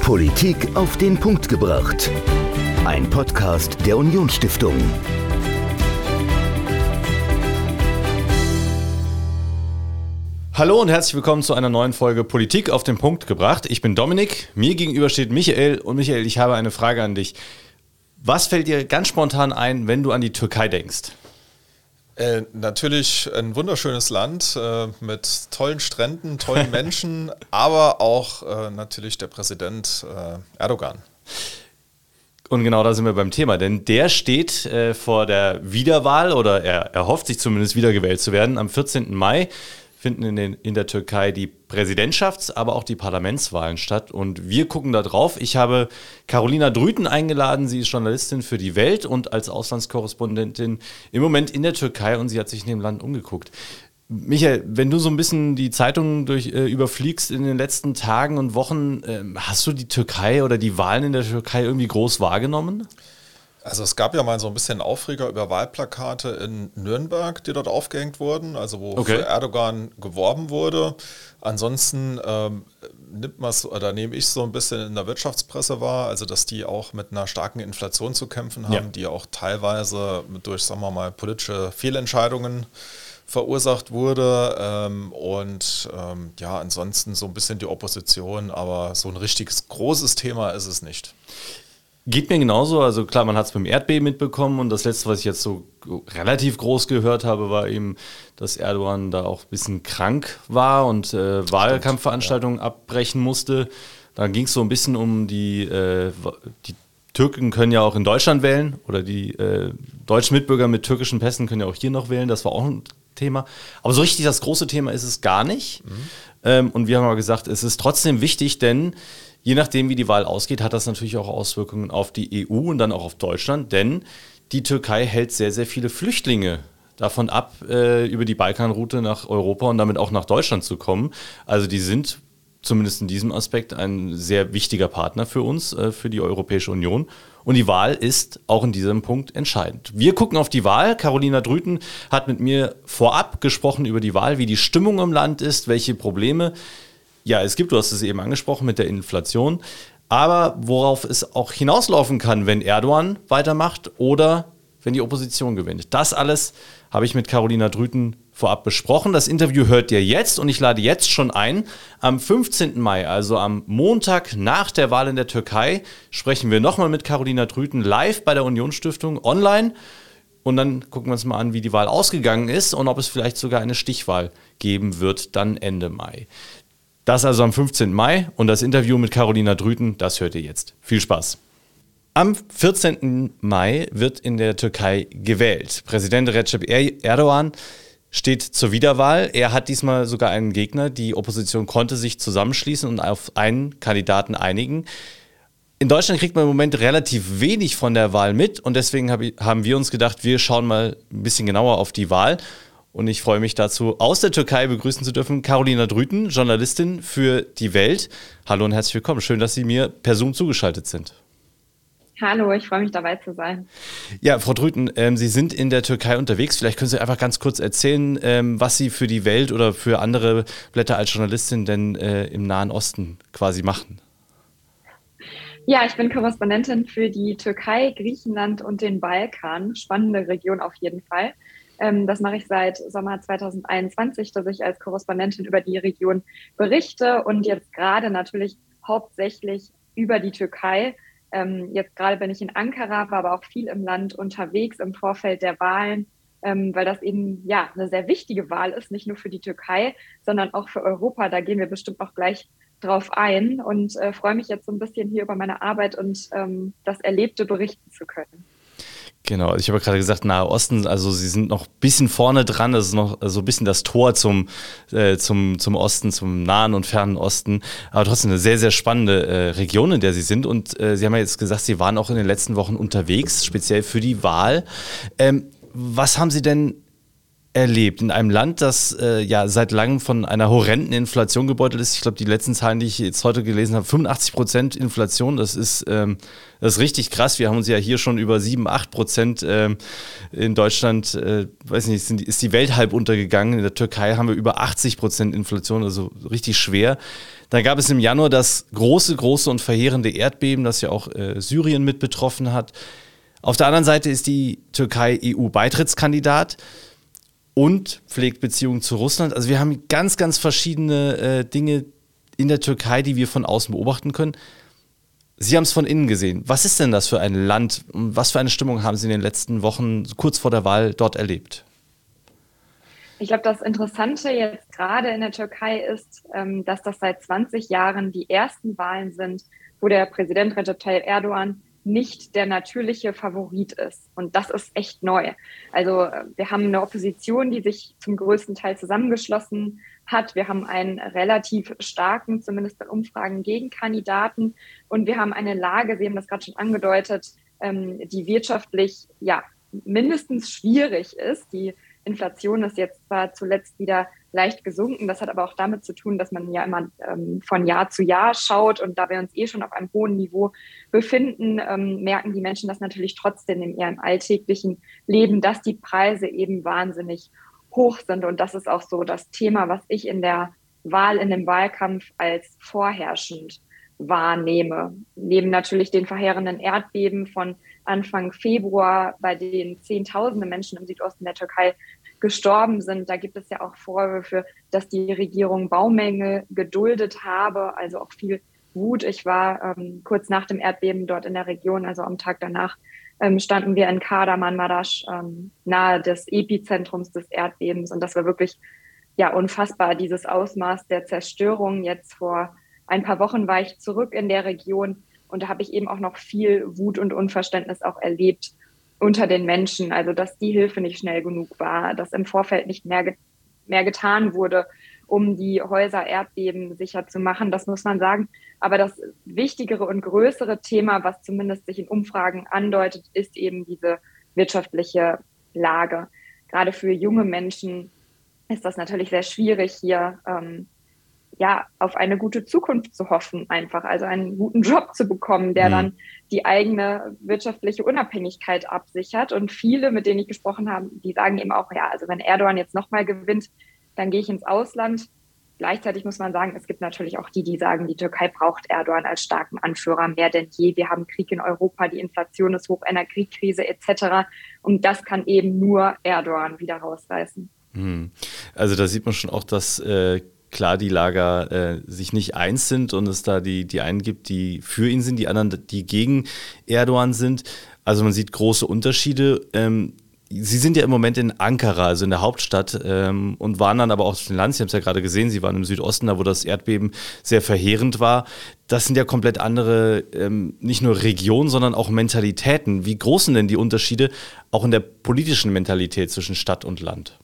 Politik auf den Punkt gebracht. Ein Podcast der Unionsstiftung. Hallo und herzlich willkommen zu einer neuen Folge Politik auf den Punkt gebracht. Ich bin Dominik, mir gegenüber steht Michael. Und Michael, ich habe eine Frage an dich. Was fällt dir ganz spontan ein, wenn du an die Türkei denkst? Natürlich ein wunderschönes Land mit tollen Stränden, tollen Menschen, aber auch natürlich der Präsident Erdogan. Und genau da sind wir beim Thema, denn der steht vor der Wiederwahl oder er erhofft sich zumindest wiedergewählt zu werden. Am 14. Mai finden in der Türkei die Präsidentschafts-, aber auch die Parlamentswahlen statt. Und wir gucken da drauf. Ich habe Carolina Drüten eingeladen. Sie ist Journalistin für die Welt und als Auslandskorrespondentin im Moment in der Türkei. Und sie hat sich in dem Land umgeguckt. Michael, wenn du so ein bisschen die Zeitungen überfliegst in den letzten Tagen und Wochen, hast du die Türkei oder die Wahlen in der Türkei irgendwie groß wahrgenommen? Also es gab ja mal so ein bisschen Aufreger über Wahlplakate in Nürnberg, die dort aufgehängt wurden, also wo für Erdogan geworben wurde. Ansonsten nehme ich so ein bisschen in der Wirtschaftspresse wahr, also dass die auch mit einer starken Inflation zu kämpfen haben, die auch teilweise durch, sagen wir mal, politische Fehlentscheidungen verursacht wurde ansonsten so ein bisschen die Opposition, aber so ein richtiges großes Thema ist es nicht. Geht mir genauso, also klar, man hat es beim Erdbeben mitbekommen und das Letzte, was ich jetzt so relativ groß gehört habe, war eben, dass Erdogan da auch ein bisschen krank war und Wahlkampfveranstaltungen abbrechen musste. Dann ging es so ein bisschen um die Türken können ja auch in Deutschland wählen oder die deutschen Mitbürger mit türkischen Pässen können ja auch hier noch wählen, das war auch ein Thema. Aber so richtig das große Thema ist es gar nicht. Und wir haben aber gesagt, es ist trotzdem wichtig, denn je nachdem, wie die Wahl ausgeht, hat das natürlich auch Auswirkungen auf die EU und dann auch auf Deutschland, denn die Türkei hält sehr, sehr viele Flüchtlinge davon ab, über die Balkanroute nach Europa und damit auch nach Deutschland zu kommen. Also die sind zumindest in diesem Aspekt ein sehr wichtiger Partner für uns, für die Europäische Union. Und die Wahl ist auch in diesem Punkt entscheidend. Wir gucken auf die Wahl. Carolina Drüten hat mit mir vorab gesprochen über die Wahl, wie die Stimmung im Land ist, welche Probleme es gibt, du hast es eben angesprochen mit der Inflation, aber worauf es auch hinauslaufen kann, wenn Erdogan weitermacht oder wenn die Opposition gewinnt. Das alles habe ich mit Carolina Drüten vorab besprochen. Das Interview hört ihr jetzt und ich lade jetzt schon ein. Am 15. Mai, also am Montag nach der Wahl in der Türkei, sprechen wir nochmal mit Carolina Drüten live bei der Unionsstiftung online. Und dann gucken wir uns mal an, wie die Wahl ausgegangen ist und ob es vielleicht sogar eine Stichwahl geben wird, dann Ende Mai. Das also am 15. Mai und das Interview mit Carolina Drüten, das hört ihr jetzt. Viel Spaß. Am 14. Mai wird in der Türkei gewählt. Präsident Recep Erdogan steht zur Wiederwahl. Er hat diesmal sogar einen Gegner. Die Opposition konnte sich zusammenschließen und auf einen Kandidaten einigen. In Deutschland kriegt man im Moment relativ wenig von der Wahl mit und deswegen haben wir uns gedacht, wir schauen mal ein bisschen genauer auf die Wahl. Und ich freue mich dazu, aus der Türkei begrüßen zu dürfen, Carolina Drüten, Journalistin für die Welt. Hallo und herzlich willkommen. Schön, dass Sie mir per Zoom zugeschaltet sind. Hallo, ich freue mich, dabei zu sein. Ja, Frau Drüten, Sie sind in der Türkei unterwegs. Vielleicht können Sie einfach ganz kurz erzählen, was Sie für die Welt oder für andere Blätter als Journalistin denn im Nahen Osten quasi machen. Ja, ich bin Korrespondentin für die Türkei, Griechenland und den Balkan. Spannende Region auf jeden Fall. Das mache ich seit Sommer 2021, dass ich als Korrespondentin über die Region berichte und jetzt gerade natürlich hauptsächlich über die Türkei. Jetzt gerade bin ich in Ankara, war aber auch viel im Land unterwegs im Vorfeld der Wahlen, weil das eben eine sehr wichtige Wahl ist, nicht nur für die Türkei, sondern auch für Europa. Da gehen wir bestimmt auch gleich drauf ein und freue mich jetzt so ein bisschen hier über meine Arbeit und das Erlebte berichten zu können. Genau, ich habe gerade gesagt, Nahe Osten, also Sie sind noch ein bisschen vorne dran, das ist noch so ein bisschen das Tor zum Osten, zum Nahen und Fernen Osten, aber trotzdem eine sehr, sehr spannende Region, in der Sie sind und Sie haben ja jetzt gesagt, Sie waren auch in den letzten Wochen unterwegs, speziell für die Wahl. Was haben Sie denn erlebt in einem Land, das ja seit langem von einer horrenden Inflation gebeutelt ist. Ich glaube, die letzten Zahlen, die ich jetzt heute gelesen habe, 85% Inflation, das ist richtig krass. Wir haben uns ja hier schon über 7-8% in Deutschland, weiß nicht, ist die Welt halb untergegangen. In der Türkei haben wir über 80% Inflation, also richtig schwer. Dann gab es im Januar das große und verheerende Erdbeben, das ja auch Syrien mit betroffen hat. Auf der anderen Seite ist die Türkei EU-Beitrittskandidat und pflegt Beziehungen zu Russland. Also wir haben ganz, ganz verschiedene Dinge in der Türkei, die wir von außen beobachten können. Sie haben es von innen gesehen. Was ist denn das für ein Land? Was für eine Stimmung haben Sie in den letzten Wochen kurz vor der Wahl dort erlebt? Ich glaube, das Interessante jetzt gerade in der Türkei ist, dass das seit 20 Jahren die ersten Wahlen sind, wo der Präsident Recep Tayyip Erdogan nicht der natürliche Favorit ist. Und das ist echt neu. Also wir haben eine Opposition, die sich zum größten Teil zusammengeschlossen hat. Wir haben einen relativ starken, zumindest in Umfragen, Gegenkandidaten. Und wir haben eine Lage, Sie haben das gerade schon angedeutet, die wirtschaftlich ja mindestens schwierig ist. Die Inflation ist jetzt zwar zuletzt wieder leicht gesunken. Das hat aber auch damit zu tun, dass man ja immer von Jahr zu Jahr schaut. Und da wir uns schon auf einem hohen Niveau befinden, merken die Menschen das natürlich trotzdem in ihrem alltäglichen Leben, dass die Preise eben wahnsinnig hoch sind. Und das ist auch so das Thema, was ich in der Wahl, in dem Wahlkampf als vorherrschend wahrnehme. Neben natürlich den verheerenden Erdbeben von Anfang Februar, bei denen Zehntausende Menschen im Südosten der Türkei gestorben sind. Da gibt es ja auch Vorwürfe, dass die Regierung Baumängel geduldet habe, also auch viel Wut. Ich war kurz nach dem Erdbeben dort in der Region, also am Tag danach standen wir in Kahramanmaraş, nahe des Epizentrums des Erdbebens. Und das war wirklich ja unfassbar, dieses Ausmaß der Zerstörung. Jetzt vor ein paar Wochen war ich zurück in der Region und da habe ich eben auch noch viel Wut und Unverständnis auch erlebt unter den Menschen. Also, dass die Hilfe nicht schnell genug war, dass im Vorfeld nicht mehr getan wurde, um die Häuser erdbebensicher zu machen. Das muss man sagen. Aber das wichtigere und größere Thema, was zumindest sich in Umfragen andeutet, ist eben diese wirtschaftliche Lage. Gerade für junge Menschen ist das natürlich sehr schwierig, hier auf eine gute Zukunft zu hoffen, einfach. Also einen guten Job zu bekommen, der dann die eigene wirtschaftliche Unabhängigkeit absichert. Und viele, mit denen ich gesprochen habe, die sagen eben auch, ja, also wenn Erdogan jetzt nochmal gewinnt, dann gehe ich ins Ausland. Gleichzeitig muss man sagen, es gibt natürlich auch die, die sagen, die Türkei braucht Erdogan als starken Anführer mehr denn je. Wir haben Krieg in Europa, die Inflation ist hoch, Energiekrise etc. Und das kann eben nur Erdogan wieder rausreißen. Also da sieht man schon auch, dass klar die Lager sich nicht eins sind und es da die einen gibt, die für ihn sind, die anderen, die gegen Erdogan sind. Also man sieht große Unterschiede. Sie sind ja im Moment in Ankara, also in der Hauptstadt, und waren dann aber auch auf dem Land. Sie haben es ja gerade gesehen, Sie waren im Südosten, da wo das Erdbeben sehr verheerend war. Das sind ja komplett andere, nicht nur Regionen, sondern auch Mentalitäten. Wie groß sind denn die Unterschiede auch in der politischen Mentalität zwischen Stadt und Land?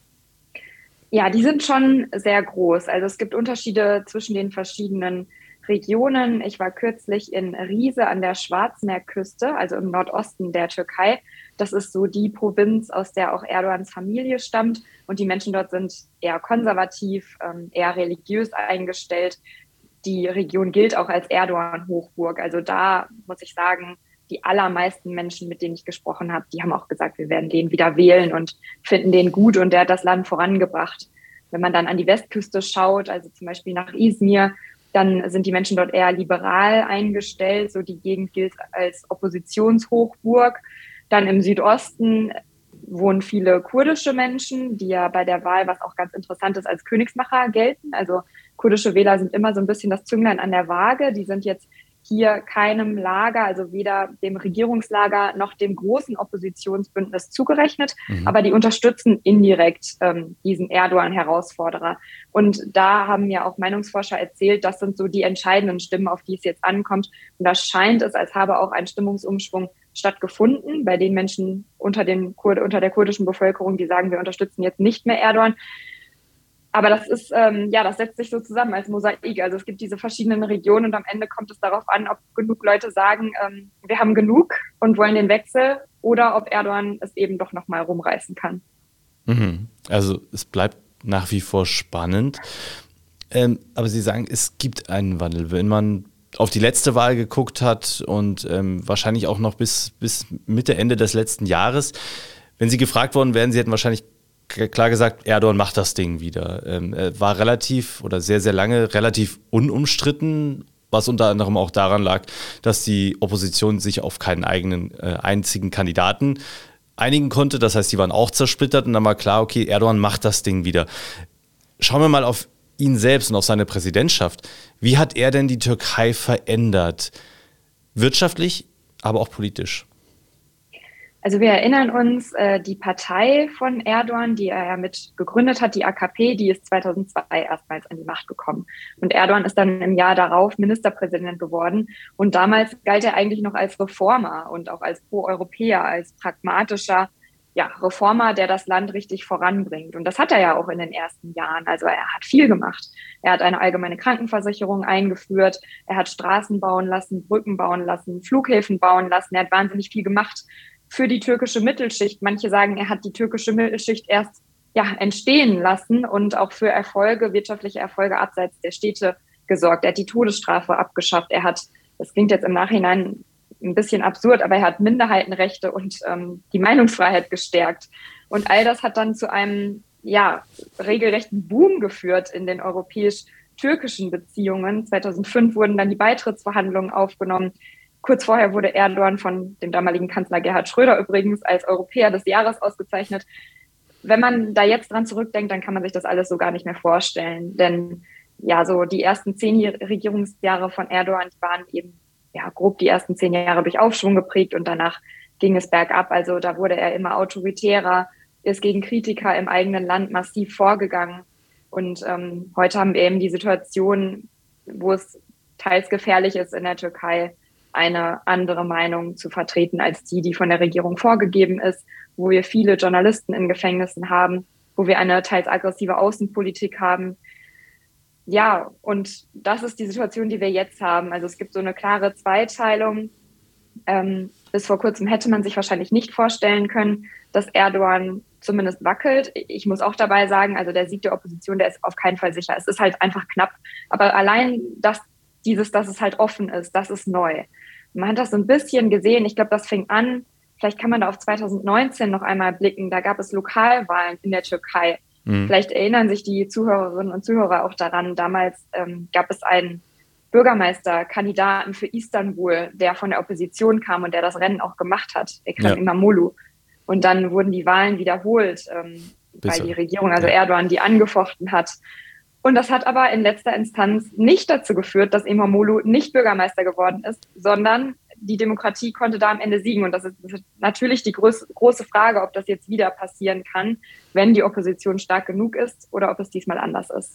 Ja, die sind schon sehr groß. Also es gibt Unterschiede zwischen den verschiedenen Regionen. Ich war kürzlich in Rize an der Schwarzmeerküste, also im Nordosten der Türkei. Das ist so die Provinz, aus der auch Erdogans Familie stammt. Und die Menschen dort sind eher konservativ, eher religiös eingestellt. Die Region gilt auch als Erdogan-Hochburg. Also da muss ich sagen, die allermeisten Menschen, mit denen ich gesprochen habe, die haben auch gesagt, wir werden den wieder wählen und finden den gut und der hat das Land vorangebracht. Wenn man dann an die Westküste schaut, also zum Beispiel nach Izmir, dann sind die Menschen dort eher liberal eingestellt. So die Gegend gilt als Oppositionshochburg. Dann im Südosten wohnen viele kurdische Menschen, die ja bei der Wahl, was auch ganz interessant ist, als Königsmacher gelten. Also kurdische Wähler sind immer so ein bisschen das Zünglein an der Waage. Die sind jetzt hier keinem Lager, also weder dem Regierungslager noch dem großen Oppositionsbündnis zugerechnet, aber die unterstützen indirekt diesen Erdogan-Herausforderer. Und da haben mir auch Meinungsforscher erzählt, das sind so die entscheidenden Stimmen, auf die es jetzt ankommt. Und da scheint es, als habe auch ein Stimmungsumschwung stattgefunden bei den Menschen unter der kurdischen Bevölkerung, die sagen, wir unterstützen jetzt nicht mehr Erdogan. Aber das ist, das setzt sich so zusammen als Mosaik. Also es gibt diese verschiedenen Regionen und am Ende kommt es darauf an, ob genug Leute sagen, wir haben genug und wollen den Wechsel oder ob Erdogan es eben doch nochmal rumreißen kann. Also es bleibt nach wie vor spannend. Aber Sie sagen, es gibt einen Wandel. Wenn man auf die letzte Wahl geguckt hat und wahrscheinlich auch noch bis Mitte, Ende des letzten Jahres, wenn Sie gefragt worden wären, Sie hätten wahrscheinlich klar gesagt, Erdogan macht das Ding wieder. War relativ oder sehr, sehr lange relativ unumstritten, was unter anderem auch daran lag, dass die Opposition sich auf keinen eigenen einzigen Kandidaten einigen konnte. Das heißt, die waren auch zersplittert und dann war klar, okay, Erdogan macht das Ding wieder. Schauen wir mal auf ihn selbst und auf seine Präsidentschaft. Wie hat er denn die Türkei verändert? Wirtschaftlich, aber auch politisch. Also wir erinnern uns, die Partei von Erdogan, die er ja mit gegründet hat, die AKP, die ist 2002 erstmals an die Macht gekommen. Und Erdogan ist dann im Jahr darauf Ministerpräsident geworden. Und damals galt er eigentlich noch als Reformer und auch als Pro-Europäer, als pragmatischer Reformer, der das Land richtig voranbringt. Und das hat er ja auch in den ersten Jahren. Also er hat viel gemacht. Er hat eine allgemeine Krankenversicherung eingeführt. Er hat Straßen bauen lassen, Brücken bauen lassen, Flughäfen bauen lassen. Er hat wahnsinnig viel gemacht für die türkische Mittelschicht. Manche sagen, er hat die türkische Mittelschicht erst entstehen lassen und auch für Erfolge, wirtschaftliche Erfolge abseits der Städte gesorgt. Er hat die Todesstrafe abgeschafft. Er hat, das klingt jetzt im Nachhinein ein bisschen absurd, aber er hat Minderheitenrechte und die Meinungsfreiheit gestärkt. Und all das hat dann zu einem regelrechten Boom geführt in den europäisch-türkischen Beziehungen. 2005 wurden dann die Beitrittsverhandlungen aufgenommen. Kurz vorher wurde Erdogan von dem damaligen Kanzler Gerhard Schröder übrigens als Europäer des Jahres ausgezeichnet. Wenn man da jetzt dran zurückdenkt, dann kann man sich das alles so gar nicht mehr vorstellen. Denn so die ersten 10 Regierungsjahre von Erdogan, die waren eben grob die ersten 10 Jahre durch Aufschwung geprägt und danach ging es bergab. Also da wurde er immer autoritärer, ist gegen Kritiker im eigenen Land massiv vorgegangen. Und heute haben wir eben die Situation, wo es teils gefährlich ist, in der Türkei eine andere Meinung zu vertreten als die von der Regierung vorgegeben ist, wo wir viele Journalisten in Gefängnissen haben, wo wir eine teils aggressive Außenpolitik haben. Ja, und das ist die Situation, die wir jetzt haben. Also es gibt so eine klare Zweiteilung. Bis vor kurzem hätte man sich wahrscheinlich nicht vorstellen können, dass Erdogan zumindest wackelt. Ich muss auch dabei sagen, also der Sieg der Opposition, der ist auf keinen Fall sicher. Es ist halt einfach knapp. Aber allein dass es halt offen ist, das ist neu. Man hat das so ein bisschen gesehen. Ich glaube, das fing an. Vielleicht kann man da auf 2019 noch einmal blicken. Da gab es Lokalwahlen in der Türkei. Vielleicht erinnern sich die Zuhörerinnen und Zuhörer auch daran. Damals gab es einen Bürgermeisterkandidaten für Istanbul, der von der Opposition kam und der das Rennen auch gemacht hat, Ekrem İmamoğlu. Und dann wurden die Wahlen wiederholt, weil die Regierung, also Erdogan, die angefochten hat. Und das hat aber in letzter Instanz nicht dazu geführt, dass İmamoğlu nicht Bürgermeister geworden ist, sondern die Demokratie konnte da am Ende siegen. Und das ist natürlich die große Frage, ob das jetzt wieder passieren kann, wenn die Opposition stark genug ist oder ob es diesmal anders ist.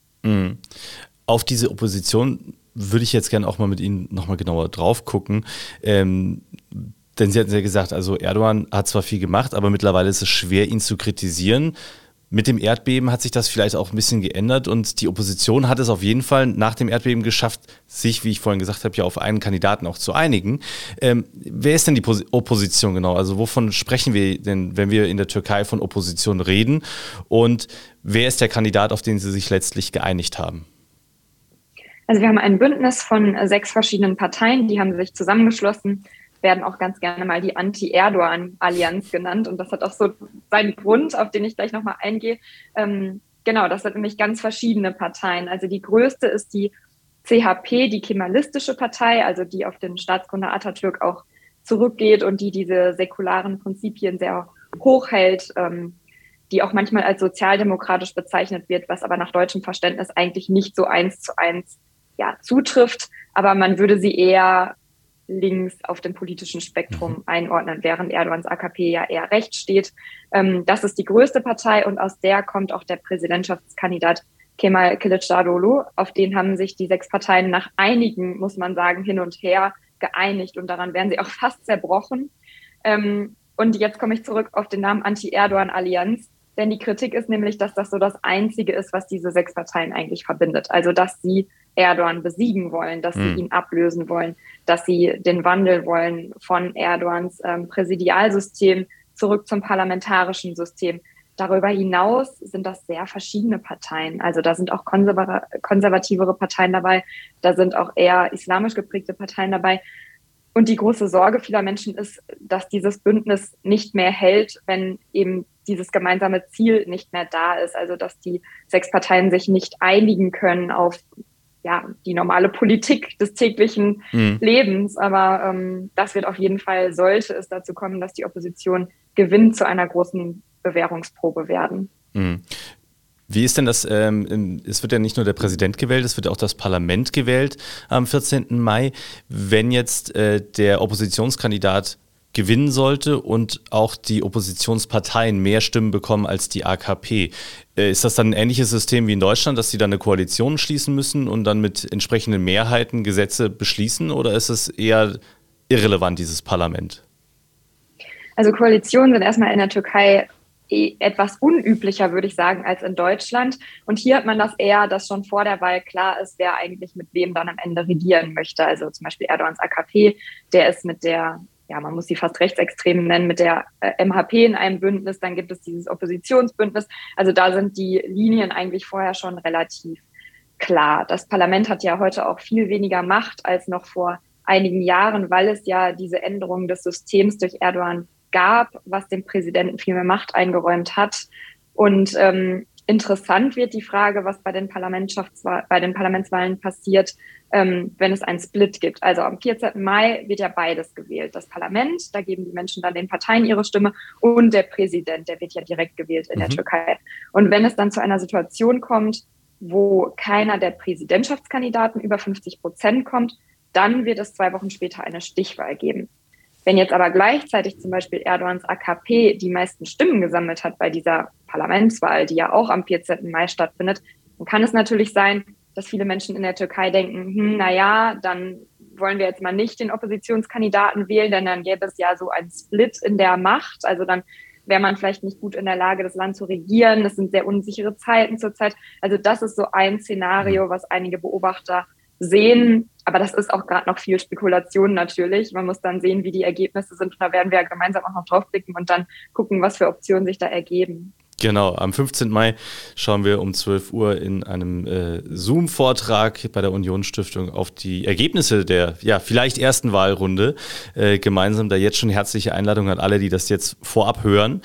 Auf diese Opposition würde ich jetzt gerne auch mal mit Ihnen nochmal genauer drauf gucken. Denn Sie hatten ja gesagt, also Erdogan hat zwar viel gemacht, aber mittlerweile ist es schwer, ihn zu kritisieren. Mit dem Erdbeben hat sich das vielleicht auch ein bisschen geändert und die Opposition hat es auf jeden Fall nach dem Erdbeben geschafft, sich, wie ich vorhin gesagt habe, ja auf einen Kandidaten auch zu einigen. Wer ist denn die Opposition genau? Also wovon sprechen wir denn, wenn wir in der Türkei von Opposition reden? Und wer ist der Kandidat, auf den Sie sich letztlich geeinigt haben? Also wir haben ein Bündnis von 6 verschiedenen Parteien, die haben sich zusammengeschlossen, werden auch ganz gerne mal die Anti-Erdogan-Allianz genannt. Und das hat auch so seinen Grund, auf den ich gleich nochmal eingehe. Das sind nämlich ganz verschiedene Parteien. Also die größte ist die CHP, die Kemalistische Partei, also die auf den Staatsgründer Atatürk auch zurückgeht und die diese säkularen Prinzipien sehr hoch hält, die auch manchmal als sozialdemokratisch bezeichnet wird, was aber nach deutschem Verständnis eigentlich nicht so 1:1 zutrifft. Aber man würde sie eher links auf dem politischen Spektrum einordnen, während Erdogans AKP ja eher rechts steht. Das ist die größte Partei und aus der kommt auch der Präsidentschaftskandidat Kemal Kılıçdaroğlu. Auf den haben sich die 6 Parteien nach einigen, muss man sagen, hin und her geeinigt und daran wären sie auch fast zerbrochen. Und jetzt komme ich zurück auf den Namen Anti-Erdogan-Allianz, denn die Kritik ist nämlich, dass das so das Einzige ist, was diese 6 Parteien eigentlich verbindet. Also, dass sie Erdogan besiegen wollen, dass sie ihn ablösen wollen, dass sie den Wandel wollen von Erdogans Präsidialsystem zurück zum parlamentarischen System. darüber hinaus sind das sehr verschiedene Parteien. Also da sind auch konservativere Parteien dabei, da sind auch eher islamisch geprägte Parteien dabei. Und die große Sorge vieler Menschen ist, dass dieses Bündnis nicht mehr hält, wenn eben dieses gemeinsame Ziel nicht mehr da ist. Also dass die 6 Parteien sich nicht einigen können auf die normale Politik des täglichen Lebens. Aber das wird auf jeden Fall, sollte es dazu kommen, dass die Opposition gewinnt, zu einer großen Bewährungsprobe werden. Wie ist denn das? Es wird ja nicht nur der Präsident gewählt, es wird auch das Parlament gewählt am 14. Mai. Wenn jetzt der Oppositionskandidat gewinnen sollte und auch die Oppositionsparteien mehr Stimmen bekommen als die AKP, ist das dann ein ähnliches System wie in Deutschland, dass sie dann eine Koalition schließen müssen und dann mit entsprechenden Mehrheiten Gesetze beschließen, oder ist es eher irrelevant, dieses Parlament? Also Koalitionen sind erstmal in der Türkei etwas unüblicher, würde ich sagen, als in Deutschland. Und hier hat man das eher, dass schon vor der Wahl klar ist, wer eigentlich mit wem dann am Ende regieren möchte. Also zum Beispiel Erdogans AKP, der ist mit der, man muss sie fast rechtsextrem nennen, mit der MHP in einem Bündnis. Dann gibt es dieses Oppositionsbündnis. Also da sind die Linien eigentlich vorher schon relativ klar. Das Parlament hat ja heute auch viel weniger Macht als noch vor einigen Jahren, weil es ja diese Änderung des Systems durch Erdogan gab, was dem Präsidenten viel mehr Macht eingeräumt hat. Und interessant wird die Frage, was bei den Parlamentswahlen passiert, wenn es einen Split gibt. Also am 14. Mai wird ja beides gewählt. Das Parlament, da geben die Menschen dann den Parteien ihre Stimme, und der Präsident, der wird ja direkt gewählt in der Türkei. Und wenn es dann zu einer Situation kommt, wo keiner der Präsidentschaftskandidaten über 50% kommt, dann wird es 2 Wochen später eine Stichwahl geben. Wenn jetzt aber gleichzeitig zum Beispiel Erdogans AKP die meisten Stimmen gesammelt hat bei dieser Parlamentswahl, die ja auch am 14. Mai stattfindet, dann kann es natürlich sein, dass viele Menschen in der Türkei denken, dann wollen wir jetzt mal nicht den Oppositionskandidaten wählen, denn dann gäbe es ja so einen Split in der Macht. Also dann wäre man vielleicht nicht gut in der Lage, das Land zu regieren. Das sind sehr unsichere Zeiten zurzeit. Also das ist so ein Szenario, was einige Beobachter sehen. Aber das ist auch gerade noch viel Spekulation natürlich. Man muss dann sehen, wie die Ergebnisse sind. Und da werden wir ja gemeinsam auch noch drauf blicken und dann gucken, was für Optionen sich da ergeben. Genau, am 15. Mai schauen wir um 12 Uhr in einem Zoom-Vortrag bei der Union-Stiftung auf die Ergebnisse der vielleicht ersten Wahlrunde. Gemeinsam da jetzt schon herzliche Einladung an alle, die das jetzt vorab hören.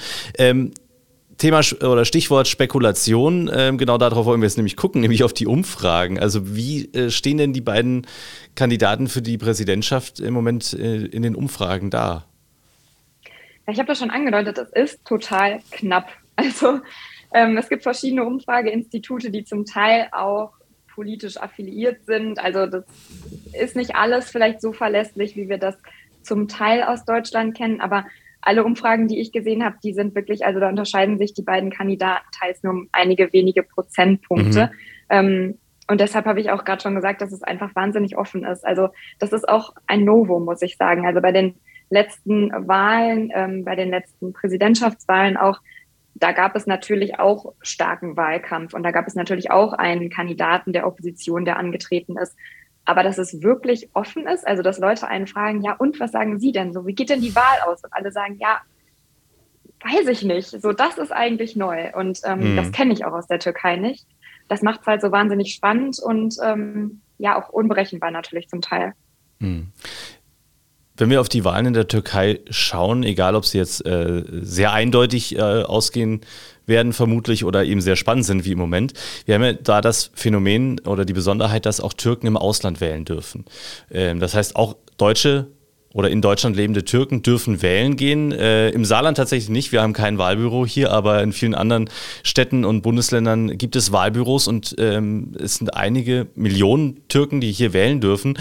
Thema oder Stichwort Spekulation, genau darauf wollen wir jetzt nämlich gucken, nämlich auf die Umfragen. Also wie stehen denn die beiden Kandidaten für die Präsidentschaft im Moment in den Umfragen da? Ich habe das schon angedeutet, es ist total knapp. Also es gibt verschiedene Umfrageinstitute, die zum Teil auch politisch affiliiert sind. Also das ist nicht alles vielleicht so verlässlich, wie wir das zum Teil aus Deutschland kennen, aber alle Umfragen, die ich gesehen habe, die sind wirklich, also da unterscheiden sich die beiden Kandidaten teils nur um einige wenige Prozentpunkte. Und deshalb habe ich auch gerade schon gesagt, dass es einfach wahnsinnig offen ist. Also das ist auch ein Novum, muss ich sagen. Also bei den letzten Wahlen, bei den letzten Präsidentschaftswahlen auch, da gab es natürlich auch starken Wahlkampf und da gab es natürlich auch einen Kandidaten der Opposition, der angetreten ist. Aber dass es wirklich offen ist, also dass Leute einen fragen, ja, und was sagen Sie denn so? Wie geht denn die Wahl aus? Und alle sagen, ja, weiß ich nicht. So, das ist eigentlich neu. Und das kenne ich auch aus der Türkei nicht. Das macht es halt so wahnsinnig spannend und auch unberechenbar natürlich zum Teil. Wenn wir auf die Wahlen in der Türkei schauen, egal ob sie jetzt sehr eindeutig ausgehen werden vermutlich oder eben sehr spannend sind wie im Moment. Wir haben ja da das Phänomen oder die Besonderheit, dass auch Türken im Ausland wählen dürfen. Das heißt, auch Deutsche oder in Deutschland lebende Türken dürfen wählen gehen. Im Saarland tatsächlich nicht. Wir haben kein Wahlbüro hier, aber in vielen anderen Städten und Bundesländern gibt es Wahlbüros und es sind einige Millionen Türken, die hier wählen dürfen.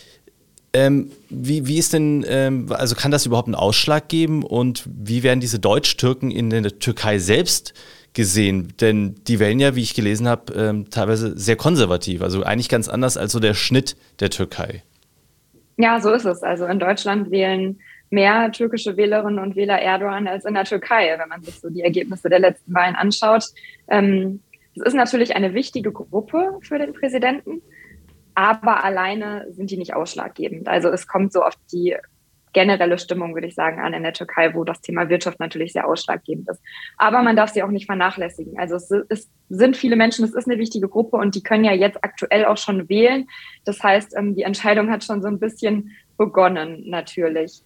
Wie ist denn, also kann das überhaupt einen Ausschlag geben und wie werden diese Deutsch-Türken in der Türkei selbst gesehen? Denn die wählen ja, wie ich gelesen habe, teilweise sehr konservativ, also eigentlich ganz anders als so der Schnitt der Türkei. Ja, so ist es. Also in Deutschland wählen mehr türkische Wählerinnen und Wähler Erdogan als in der Türkei, wenn man sich so die Ergebnisse der letzten Wahlen anschaut. Es ist natürlich eine wichtige Gruppe für den Präsidenten, aber alleine sind die nicht ausschlaggebend. Also es kommt so auf die generelle Stimmung, würde ich sagen, an in der Türkei, wo das Thema Wirtschaft natürlich sehr ausschlaggebend ist. Aber man darf sie auch nicht vernachlässigen. Also es sind viele Menschen, es ist eine wichtige Gruppe und die können ja jetzt aktuell auch schon wählen. Das heißt, die Entscheidung hat schon so ein bisschen begonnen, natürlich.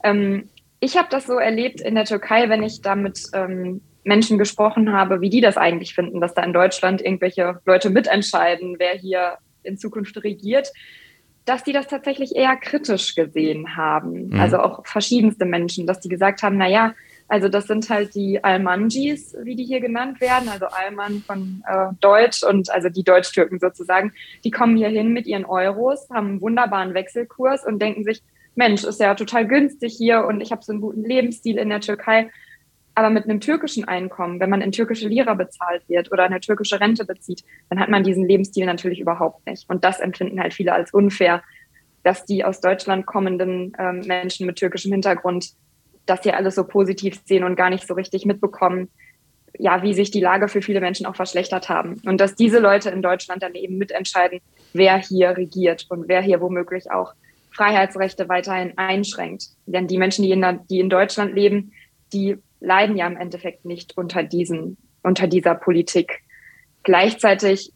Ich habe das so erlebt in der Türkei, wenn ich da mit Menschen gesprochen habe, wie die das eigentlich finden, dass da in Deutschland irgendwelche Leute mitentscheiden, wer hier in Zukunft regiert, dass die das tatsächlich eher kritisch gesehen haben. Mhm. Also auch verschiedenste Menschen, dass die gesagt haben, naja, also das sind halt die Almanjis, wie die hier genannt werden, also Alman von Deutsch und also die Deutsch-Türken sozusagen, die kommen hier hin mit ihren Euros, haben einen wunderbaren Wechselkurs und denken sich, Mensch, ist ja total günstig hier und ich habe so einen guten Lebensstil in der Türkei. Aber mit einem türkischen Einkommen, wenn man in türkische Lira bezahlt wird oder eine türkische Rente bezieht, dann hat man diesen Lebensstil natürlich überhaupt nicht. Und das empfinden halt viele als unfair, dass die aus Deutschland kommenden Menschen mit türkischem Hintergrund das hier alles so positiv sehen und gar nicht so richtig mitbekommen, ja, wie sich die Lage für viele Menschen auch verschlechtert haben. Und dass diese Leute in Deutschland dann eben mitentscheiden, wer hier regiert und wer hier womöglich auch Freiheitsrechte weiterhin einschränkt. Denn die Menschen, die in Deutschland leben, die leiden ja im Endeffekt nicht unter dieser Politik. Gleichzeitig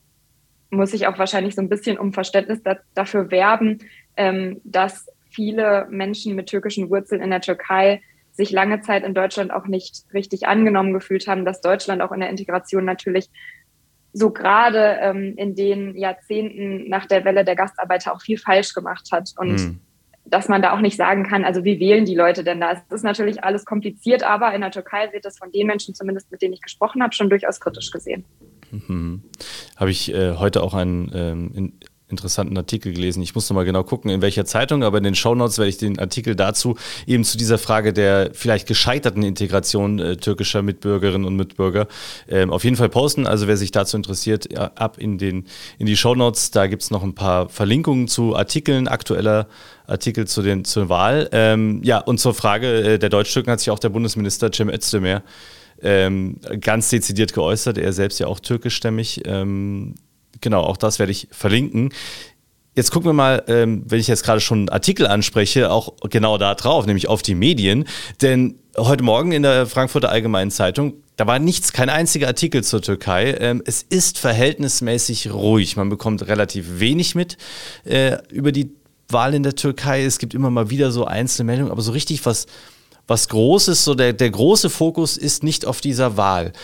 muss ich auch wahrscheinlich so ein bisschen um Verständnis dafür werben, dass viele Menschen mit türkischen Wurzeln in der Türkei sich lange Zeit in Deutschland auch nicht richtig angenommen gefühlt haben, dass Deutschland auch in der Integration natürlich so gerade in den Jahrzehnten nach der Welle der Gastarbeiter auch viel falsch gemacht hat und dass man da auch nicht sagen kann, also wie wählen die Leute denn da? Es ist natürlich alles kompliziert, aber in der Türkei wird das von den Menschen, zumindest mit denen ich gesprochen habe, schon durchaus kritisch gesehen. Mhm. Habe ich heute auch einen interessanten Artikel gelesen. Ich muss noch mal genau gucken, in welcher Zeitung, aber in den Shownotes werde ich den Artikel dazu eben zu dieser Frage der vielleicht gescheiterten Integration türkischer Mitbürgerinnen und Mitbürger auf jeden Fall posten. Also wer sich dazu interessiert, ja, ab in die Shownotes. Da gibt es noch ein paar Verlinkungen zu Artikeln, aktueller Artikel zur Wahl. Ja, und zur Frage der Deutsch-Türken hat sich auch der Bundesminister Cem Özdemir ganz dezidiert geäußert. Er selbst ja auch türkischstämmig. Genau, auch das werde ich verlinken. Jetzt gucken wir mal, wenn ich jetzt gerade schon einen Artikel anspreche, auch genau da drauf, nämlich auf die Medien. Denn heute Morgen in der Frankfurter Allgemeinen Zeitung, da war kein einziger Artikel zur Türkei. Es ist verhältnismäßig ruhig. Man bekommt relativ wenig mit über die Wahl in der Türkei. Es gibt immer mal wieder so einzelne Meldungen, aber so richtig was Großes, so der große Fokus ist nicht auf dieser Wahl.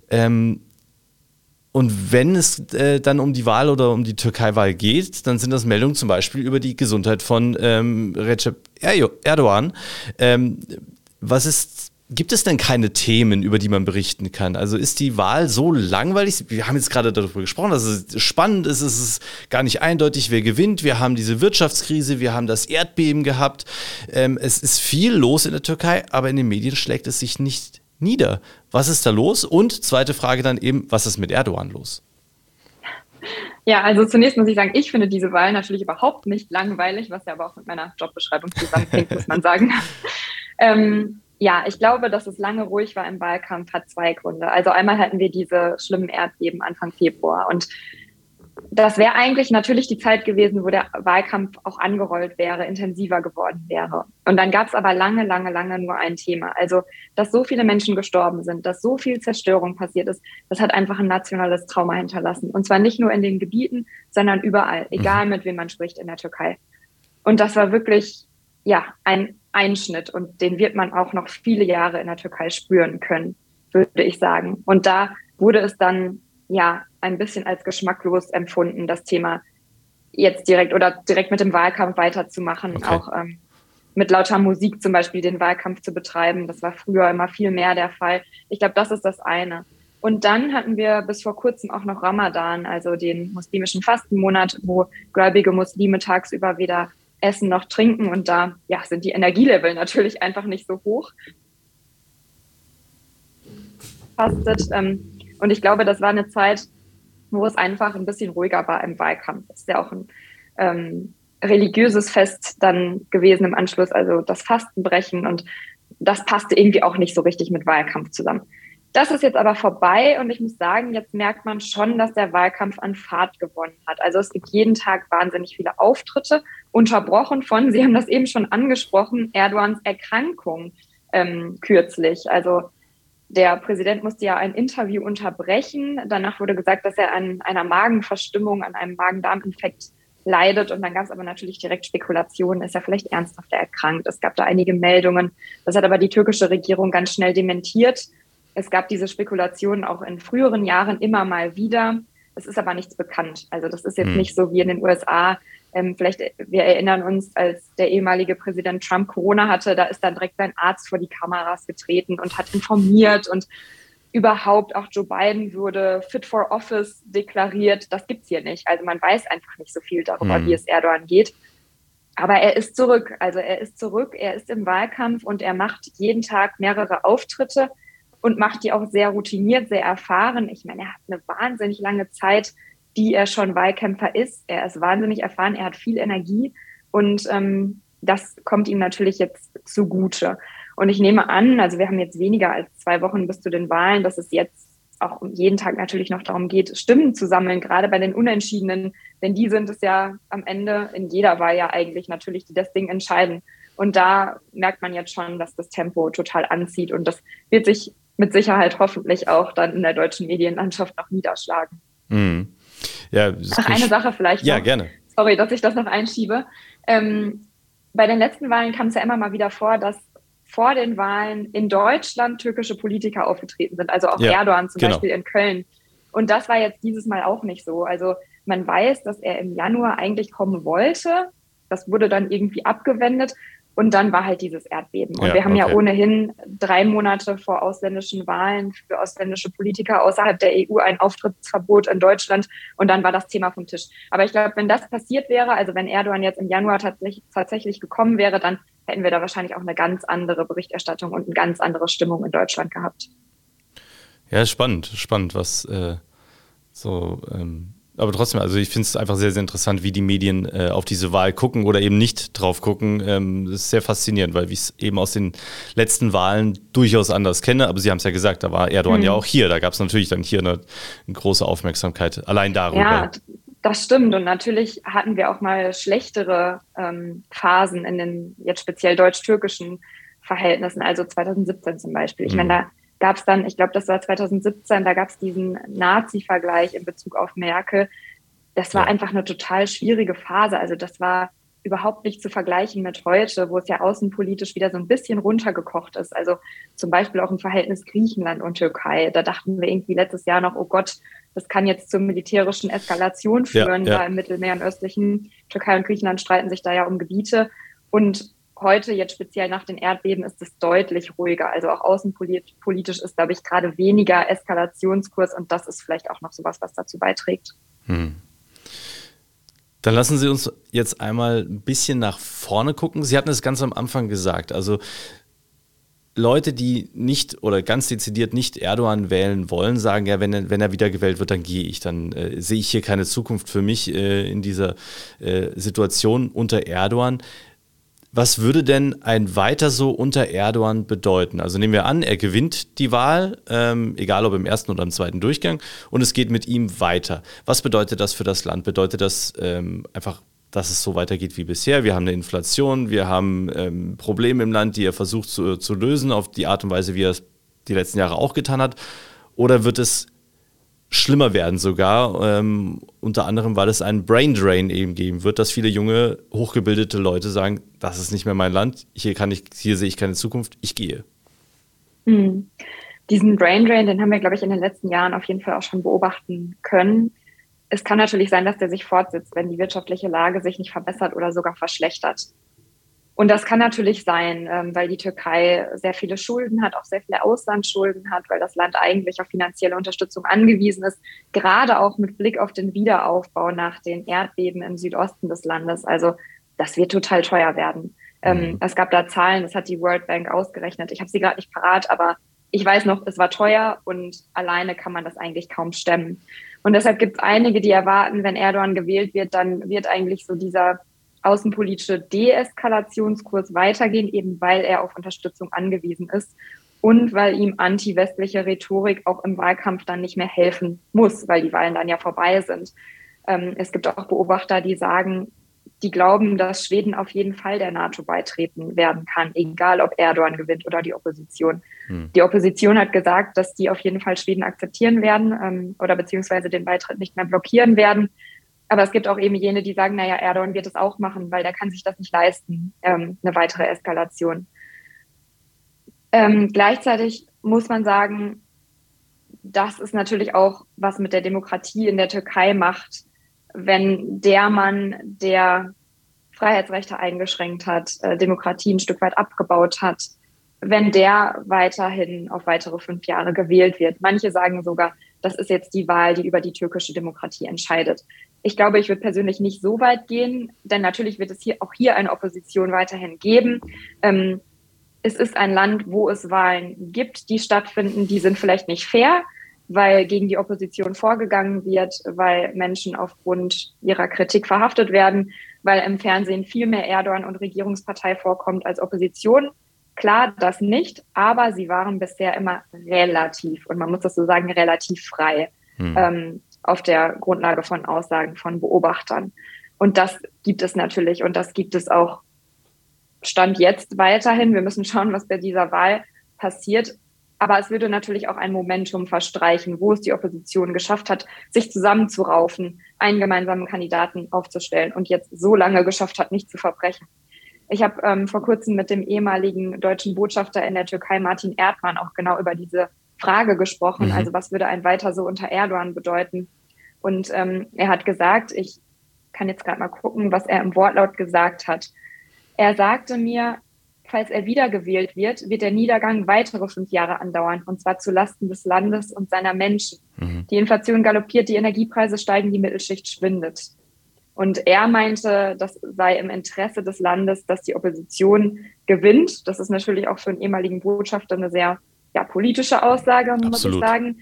Und wenn es dann um die Wahl oder um die Türkei-Wahl geht, dann sind das Meldungen zum Beispiel über die Gesundheit von Recep Erdogan. Gibt es denn keine Themen, über die man berichten kann? Also ist die Wahl so langweilig? Wir haben jetzt gerade darüber gesprochen, dass es spannend ist, es ist gar nicht eindeutig, wer gewinnt. Wir haben diese Wirtschaftskrise, wir haben das Erdbeben gehabt. Es ist viel los in der Türkei, aber in den Medien schlägt es sich nicht nieder. Was ist da los? Und zweite Frage dann eben, was ist mit Erdogan los? Ja, also zunächst muss ich sagen, ich finde diese Wahl natürlich überhaupt nicht langweilig, was ja aber auch mit meiner Jobbeschreibung zusammenhängt, muss man sagen. Ja, ich glaube, dass es lange ruhig war im Wahlkampf, hat zwei Gründe. Also einmal hatten wir diese schlimmen Erdbeben Anfang Februar und das wäre eigentlich natürlich die Zeit gewesen, wo der Wahlkampf auch angerollt wäre, intensiver geworden wäre. Und dann gab es aber lange nur ein Thema. Also, dass so viele Menschen gestorben sind, dass so viel Zerstörung passiert ist, das hat einfach ein nationales Trauma hinterlassen. Und zwar nicht nur in den Gebieten, sondern überall, egal mit wem man spricht in der Türkei. Und das war wirklich, ja, ein Einschnitt. Und den wird man auch noch viele Jahre in der Türkei spüren können, würde ich sagen. Und da wurde es dann ja ein bisschen als geschmacklos empfunden, das Thema jetzt direkt mit dem Wahlkampf weiterzumachen, okay. Auch mit lauter Musik zum Beispiel den Wahlkampf zu betreiben. Das war früher immer viel mehr der Fall. Ich glaube, das ist das eine. Und dann hatten wir bis vor kurzem auch noch Ramadan, also den muslimischen Fastenmonat, wo gläubige Muslime tagsüber weder essen noch trinken und da sind die Energielevel natürlich einfach nicht so hoch. Fastet. Und ich glaube, das war eine Zeit, wo es einfach ein bisschen ruhiger war im Wahlkampf. Es ist ja auch ein religiöses Fest dann gewesen im Anschluss, also das Fastenbrechen. Und das passte irgendwie auch nicht so richtig mit Wahlkampf zusammen. Das ist jetzt aber vorbei und ich muss sagen, jetzt merkt man schon, dass der Wahlkampf an Fahrt gewonnen hat. Also es gibt jeden Tag wahnsinnig viele Auftritte, unterbrochen von, Sie haben das eben schon angesprochen, Erdogans Erkrankung kürzlich. Also der Präsident musste ja ein Interview unterbrechen. Danach wurde gesagt, dass er an einer Magenverstimmung, an einem Magen-Darm-Infekt leidet. Und dann gab es aber natürlich direkt Spekulationen, ist er vielleicht ernsthafter erkrankt. Es gab da einige Meldungen. Das hat aber die türkische Regierung ganz schnell dementiert. Es gab diese Spekulationen auch in früheren Jahren immer mal wieder. Es ist aber nichts bekannt. Also das ist jetzt nicht so wie in den USA. Vielleicht, wir erinnern uns, als der ehemalige Präsident Trump Corona hatte, da ist dann direkt sein Arzt vor die Kameras getreten und hat informiert und überhaupt auch Joe Biden wurde fit for office deklariert. Das gibt's hier nicht. Also man weiß einfach nicht so viel darüber, wie es Erdogan geht. Aber er ist zurück. Also er ist zurück, er ist im Wahlkampf und er macht jeden Tag mehrere Auftritte und macht die auch sehr routiniert, sehr erfahren. Ich meine, er hat eine wahnsinnig lange Zeit, die er schon Wahlkämpfer ist. Er ist wahnsinnig erfahren, er hat viel Energie und das kommt ihm natürlich jetzt zugute. Und ich nehme an, also wir haben jetzt weniger als 2 Wochen bis zu den Wahlen, dass es jetzt auch jeden Tag natürlich noch darum geht, Stimmen zu sammeln, gerade bei den Unentschiedenen, denn die sind es ja am Ende in jeder Wahl ja eigentlich natürlich, die das Ding entscheiden. Und da merkt man jetzt schon, dass das Tempo total anzieht und das wird sich mit Sicherheit hoffentlich auch dann in der deutschen Medienlandschaft noch niederschlagen. Mhm. Ja, Ach, eine Sache vielleicht noch. Ja, gerne. Sorry, dass ich das noch einschiebe. Bei den letzten Wahlen kam es ja immer mal wieder vor, dass vor den Wahlen in Deutschland türkische Politiker aufgetreten sind, also auch Erdogan zum Beispiel in Köln. Und das war jetzt dieses Mal auch nicht so. Also man weiß, dass er im Januar eigentlich kommen wollte. Das wurde dann irgendwie abgewendet. Und dann war halt dieses Erdbeben. Und wir haben ja ohnehin 3 Monate vor ausländischen Wahlen für ausländische Politiker außerhalb der EU ein Auftrittsverbot in Deutschland. Und dann war das Thema vom Tisch. Aber ich glaube, wenn das passiert wäre, also wenn Erdogan jetzt im Januar tatsächlich gekommen wäre, dann hätten wir da wahrscheinlich auch eine ganz andere Berichterstattung und eine ganz andere Stimmung in Deutschland gehabt. Ja, spannend, was aber trotzdem, also ich finde es einfach sehr, sehr interessant, wie die Medien auf diese Wahl gucken oder eben nicht drauf gucken. Das ist sehr faszinierend, weil ich es eben aus den letzten Wahlen durchaus anders kenne. Aber Sie haben es ja gesagt, da war Erdogan ja auch hier. Da gab es natürlich dann hier eine große Aufmerksamkeit allein darüber. Ja, das stimmt. Und natürlich hatten wir auch mal schlechtere Phasen in den jetzt speziell deutsch-türkischen Verhältnissen, also 2017 zum Beispiel. Ich meine, da gab es dann, ich glaube, das war 2017, da gab es diesen Nazi-Vergleich in Bezug auf Merkel. Das war einfach eine total schwierige Phase. Also das war überhaupt nicht zu vergleichen mit heute, wo es ja außenpolitisch wieder so ein bisschen runtergekocht ist. Also zum Beispiel auch im Verhältnis Griechenland und Türkei. Da dachten wir irgendwie letztes Jahr noch, oh Gott, das kann jetzt zur militärischen Eskalation führen, da im Mittelmeer und östlichen. Türkei und Griechenland streiten sich da ja um Gebiete. Und heute, jetzt speziell nach den Erdbeben, ist es deutlich ruhiger. Also auch außenpolitisch ist, glaube ich, gerade weniger Eskalationskurs und das ist vielleicht auch noch sowas, was dazu beiträgt. Dann lassen Sie uns jetzt einmal ein bisschen nach vorne gucken. Sie hatten es ganz am Anfang gesagt, also Leute, die nicht oder ganz dezidiert nicht Erdogan wählen wollen, sagen ja, wenn er wiedergewählt wird, dann gehe ich. Dann sehe ich hier keine Zukunft für mich in dieser Situation unter Erdogan. Was würde denn ein weiter so unter Erdogan bedeuten? Also nehmen wir an, er gewinnt die Wahl, egal ob im ersten oder im zweiten Durchgang, und es geht mit ihm weiter. Was bedeutet das für das Land? Bedeutet das einfach, dass es so weitergeht wie bisher? Wir haben eine Inflation, wir haben Probleme im Land, die er versucht zu lösen, auf die Art und Weise, wie er es die letzten Jahre auch getan hat? Oder wird es schlimmer werden sogar, unter anderem, weil es einen Brain Drain eben geben wird, dass viele junge, hochgebildete Leute sagen, das ist nicht mehr mein Land, hier sehe ich keine Zukunft, ich gehe. Diesen Brain Drain, den haben wir, glaube ich, in den letzten Jahren auf jeden Fall auch schon beobachten können. Es kann natürlich sein, dass der sich fortsetzt, wenn die wirtschaftliche Lage sich nicht verbessert oder sogar verschlechtert. Und das kann natürlich sein, weil die Türkei sehr viele Schulden hat, auch sehr viele Auslandsschulden hat, weil das Land eigentlich auf finanzielle Unterstützung angewiesen ist, gerade auch mit Blick auf den Wiederaufbau nach den Erdbeben im Südosten des Landes. Also das wird total teuer werden. Es gab da Zahlen, das hat die World Bank ausgerechnet. Ich habe sie gerade nicht parat, aber ich weiß noch, es war teuer und alleine kann man das eigentlich kaum stemmen. Und deshalb gibt es einige, die erwarten, wenn Erdogan gewählt wird, dann wird eigentlich so dieser außenpolitische Deeskalationskurs weitergehen, eben weil er auf Unterstützung angewiesen ist. und weil ihm anti-westliche Rhetorik auch im Wahlkampf dann nicht mehr helfen muss, weil die Wahlen dann ja vorbei sind. Es gibt auch Beobachter, die sagen, die glauben, dass Schweden auf jeden Fall der NATO beitreten werden kann, egal ob Erdogan gewinnt oder die Opposition. Die Opposition hat gesagt, dass die auf jeden Fall Schweden akzeptieren werden oder beziehungsweise den Beitritt nicht mehr blockieren werden. Aber es gibt auch eben jene, die sagen, naja, Erdogan wird es auch machen, weil der kann sich das nicht leisten, eine weitere Eskalation. Gleichzeitig muss man sagen, dass es natürlich auch was mit der Demokratie in der Türkei macht, wenn der Mann, der Freiheitsrechte eingeschränkt hat, Demokratie ein Stück weit abgebaut hat, wenn der weiterhin auf weitere 5 Jahre gewählt wird. Manche sagen sogar, das ist jetzt die Wahl, die über die türkische Demokratie entscheidet. Ich glaube, ich würde persönlich nicht so weit gehen, denn natürlich wird es hier eine Opposition weiterhin geben. Es ist ein Land, wo es Wahlen gibt, die stattfinden, die sind vielleicht nicht fair, weil gegen die Opposition vorgegangen wird, weil Menschen aufgrund ihrer Kritik verhaftet werden, weil im Fernsehen viel mehr Erdogan und Regierungspartei vorkommt als Opposition. Klar, das nicht, aber sie waren bisher immer relativ, und man muss das so sagen, relativ frei auf der Grundlage von Aussagen von Beobachtern. Und das gibt es natürlich und das gibt es auch Stand jetzt weiterhin. Wir müssen schauen, was bei dieser Wahl passiert. Aber es würde natürlich auch ein Momentum verstreichen, wo es die Opposition geschafft hat, sich zusammenzuraufen, einen gemeinsamen Kandidaten aufzustellen und jetzt so lange geschafft hat, nicht zu verbrechen. Ich habe vor kurzem mit dem ehemaligen deutschen Botschafter in der Türkei, Martin Erdmann, auch genau über diese Frage gesprochen. Also was würde ein Weiter so unter Erdogan bedeuten? Und er hat gesagt, ich kann jetzt gerade mal gucken, was er im Wortlaut gesagt hat. Er sagte mir, falls er wiedergewählt wird, wird der Niedergang weitere 5 Jahre andauern, und zwar zulasten des Landes und seiner Menschen. Die Inflation galoppiert, die Energiepreise steigen, die Mittelschicht schwindet. Und er meinte, das sei im Interesse des Landes, dass die Opposition gewinnt. Das ist natürlich auch für einen ehemaligen Botschafter eine sehr politische Aussage, muss ich sagen.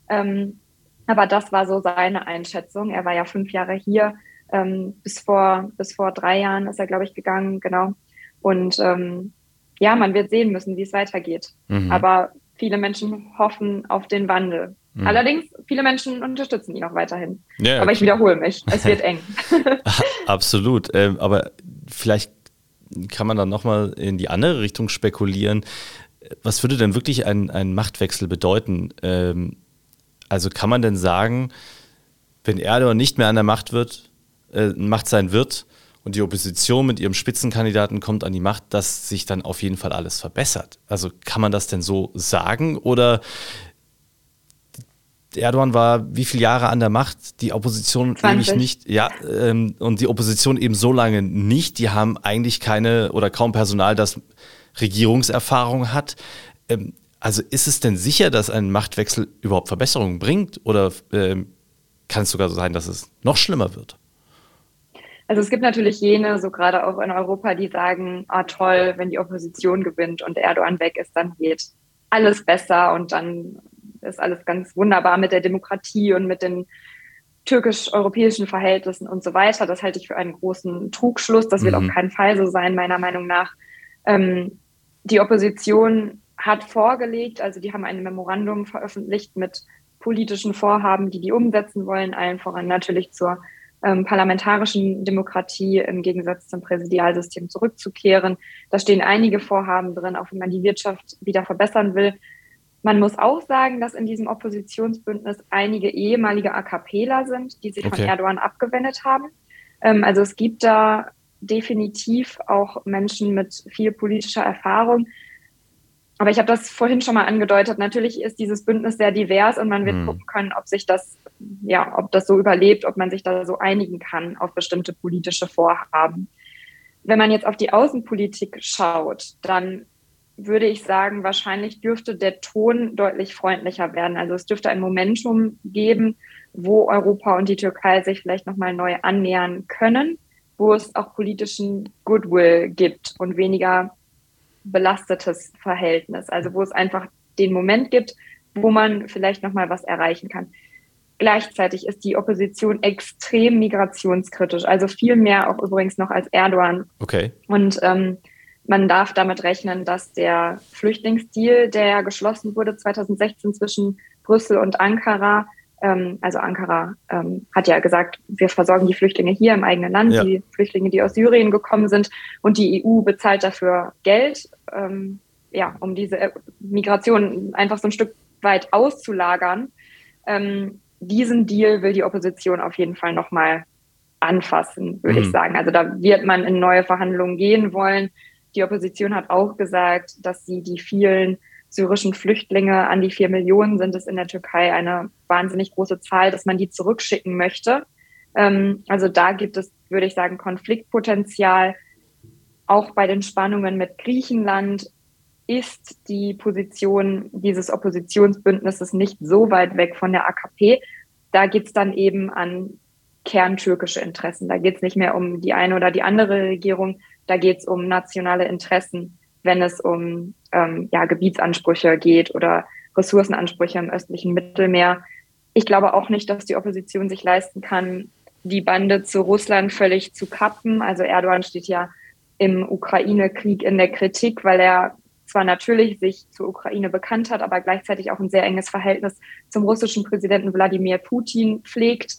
Aber das war so seine Einschätzung. Er war ja 5 Jahre hier. Bis vor 3 Jahren ist er, glaube ich, gegangen, genau. Und man wird sehen müssen, wie es weitergeht. Aber viele Menschen hoffen auf den Wandel. Allerdings, viele Menschen unterstützen ihn auch weiterhin. Ja, aber ich wiederhole mich, es wird eng. Absolut. Aber vielleicht kann man dann nochmal in die andere Richtung spekulieren. Was würde denn wirklich ein Machtwechsel bedeuten? Also kann man denn sagen, wenn Erdogan nicht mehr an der Macht sein wird und die Opposition mit ihrem Spitzenkandidaten kommt an die Macht, dass sich dann auf jeden Fall alles verbessert? Also kann man das denn so sagen? Oder Erdogan war wie viele Jahre an der Macht, die Opposition 20. ewig nicht, und die Opposition eben so lange nicht, die haben eigentlich keine oder kaum Personal, das Regierungserfahrung hat. Also ist es denn sicher, dass ein Machtwechsel überhaupt Verbesserungen bringt, oder kann es sogar so sein, dass es noch schlimmer wird? Also es gibt natürlich jene, so gerade auch in Europa, die sagen, toll, wenn die Opposition gewinnt und Erdogan weg ist, dann geht alles besser und dann ist alles ganz wunderbar mit der Demokratie und mit den türkisch-europäischen Verhältnissen und so weiter. Das halte ich für einen großen Trugschluss. Das wird auf keinen Fall so sein, meiner Meinung nach. Die Opposition hat vorgelegt, also die haben ein Memorandum veröffentlicht mit politischen Vorhaben, die umsetzen wollen, allen voran natürlich zur parlamentarischen Demokratie im Gegensatz zum Präsidialsystem zurückzukehren. Da stehen einige Vorhaben drin, auch wie man die Wirtschaft wieder verbessern will. Man muss auch sagen, dass in diesem Oppositionsbündnis einige ehemalige AKPler sind, die sich von Erdogan abgewendet haben. Also es gibt da definitiv auch Menschen mit viel politischer Erfahrung. Aber ich habe das vorhin schon mal angedeutet. Natürlich ist dieses Bündnis sehr divers und man wird gucken können, ob sich das, ob das so überlebt, ob man sich da so einigen kann auf bestimmte politische Vorhaben. Wenn man jetzt auf die Außenpolitik schaut, dann würde ich sagen, wahrscheinlich dürfte der Ton deutlich freundlicher werden. Also es dürfte ein Momentum geben, wo Europa und die Türkei sich vielleicht nochmal neu annähern können, wo es auch politischen Goodwill gibt und weniger belastetes Verhältnis. Also wo es einfach den Moment gibt, wo man vielleicht nochmal was erreichen kann. Gleichzeitig ist die Opposition extrem migrationskritisch, also viel mehr auch übrigens noch als Erdogan. Okay. Und Man darf damit rechnen, dass der Flüchtlingsdeal, der geschlossen wurde 2016 zwischen Brüssel und Ankara, also Ankara hat ja gesagt, wir versorgen die Flüchtlinge hier im eigenen Land, die Flüchtlinge, die aus Syrien gekommen sind, und die EU bezahlt dafür Geld, um diese Migration einfach so ein Stück weit auszulagern. Diesen Deal will die Opposition auf jeden Fall nochmal anfassen, würde ich sagen. Also da wird man in neue Verhandlungen gehen wollen. Die Opposition hat auch gesagt, dass sie die vielen syrischen Flüchtlinge, an die 4 Millionen sind es in der Türkei, eine wahnsinnig große Zahl, dass man die zurückschicken möchte. Also da gibt es, würde ich sagen, Konfliktpotenzial. Auch bei den Spannungen mit Griechenland ist die Position dieses Oppositionsbündnisses nicht so weit weg von der AKP. Da geht es dann eben an kerntürkische Interessen. Da geht es nicht mehr um die eine oder die andere Regierung, da geht es um nationale Interessen, wenn es um Gebietsansprüche geht oder Ressourcenansprüche im östlichen Mittelmeer. Ich glaube auch nicht, dass die Opposition sich leisten kann, die Bande zu Russland völlig zu kappen. Also Erdogan steht ja im Ukraine-Krieg in der Kritik, weil er zwar natürlich sich zur Ukraine bekannt hat, aber gleichzeitig auch ein sehr enges Verhältnis zum russischen Präsidenten Wladimir Putin pflegt.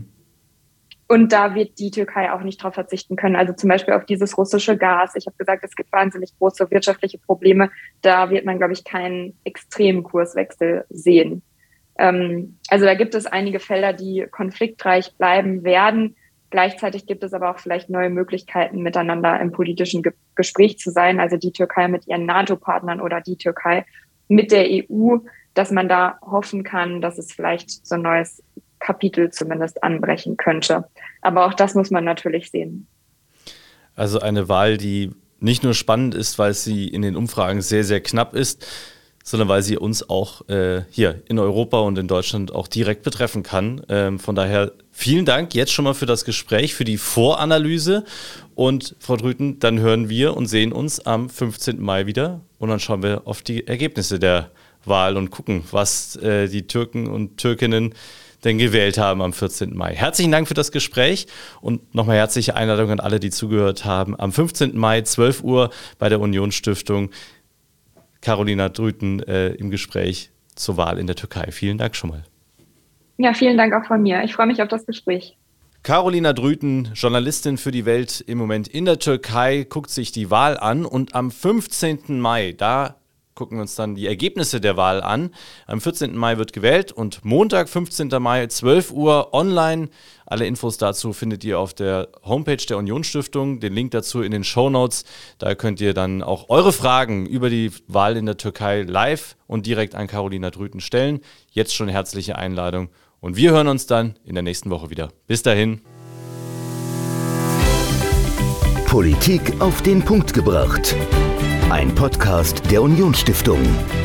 Und da wird die Türkei auch nicht darauf verzichten können. Also zum Beispiel auf dieses russische Gas. Ich habe gesagt, es gibt wahnsinnig große wirtschaftliche Probleme. Da wird man, glaube ich, keinen extremen Kurswechsel sehen. Also da gibt es einige Felder, die konfliktreich bleiben werden. Gleichzeitig gibt es aber auch vielleicht neue Möglichkeiten, miteinander im politischen Gespräch zu sein. Also die Türkei mit ihren NATO-Partnern oder die Türkei mit der EU, dass man da hoffen kann, dass es vielleicht so ein neues Kapitel zumindest anbrechen könnte. Aber auch das muss man natürlich sehen. Also eine Wahl, die nicht nur spannend ist, weil sie in den Umfragen sehr, sehr knapp ist, sondern weil sie uns auch hier in Europa und in Deutschland auch direkt betreffen kann. Von daher vielen Dank jetzt schon mal für das Gespräch, für die Voranalyse. Und Frau Drüten, dann hören wir und sehen uns am 15. Mai wieder und dann schauen wir auf die Ergebnisse der Wahl und gucken, was die Türken und Türkinnen denn gewählt haben am 14. Mai. Herzlichen Dank für das Gespräch und nochmal herzliche Einladung an alle, die zugehört haben. Am 15. Mai, 12 Uhr bei der Union-Stiftung. Carolina Drüten im Gespräch zur Wahl in der Türkei. Vielen Dank schon mal. Ja, vielen Dank auch von mir. Ich freue mich auf das Gespräch. Carolina Drüten, Journalistin für die Welt im Moment in der Türkei, guckt sich die Wahl an und am 15. Mai, da gucken wir uns dann die Ergebnisse der Wahl an. Am 14. Mai wird gewählt und Montag, 15. Mai, 12 Uhr online. Alle Infos dazu findet ihr auf der Homepage der Union-Stiftung. Den Link dazu in den Shownotes. Da könnt ihr dann auch eure Fragen über die Wahl in der Türkei live und direkt an Carolina Drüten stellen. Jetzt schon herzliche Einladung. Und wir hören uns dann in der nächsten Woche wieder. Bis dahin. Politik auf den Punkt gebracht. Ein Podcast der Union-Stiftung.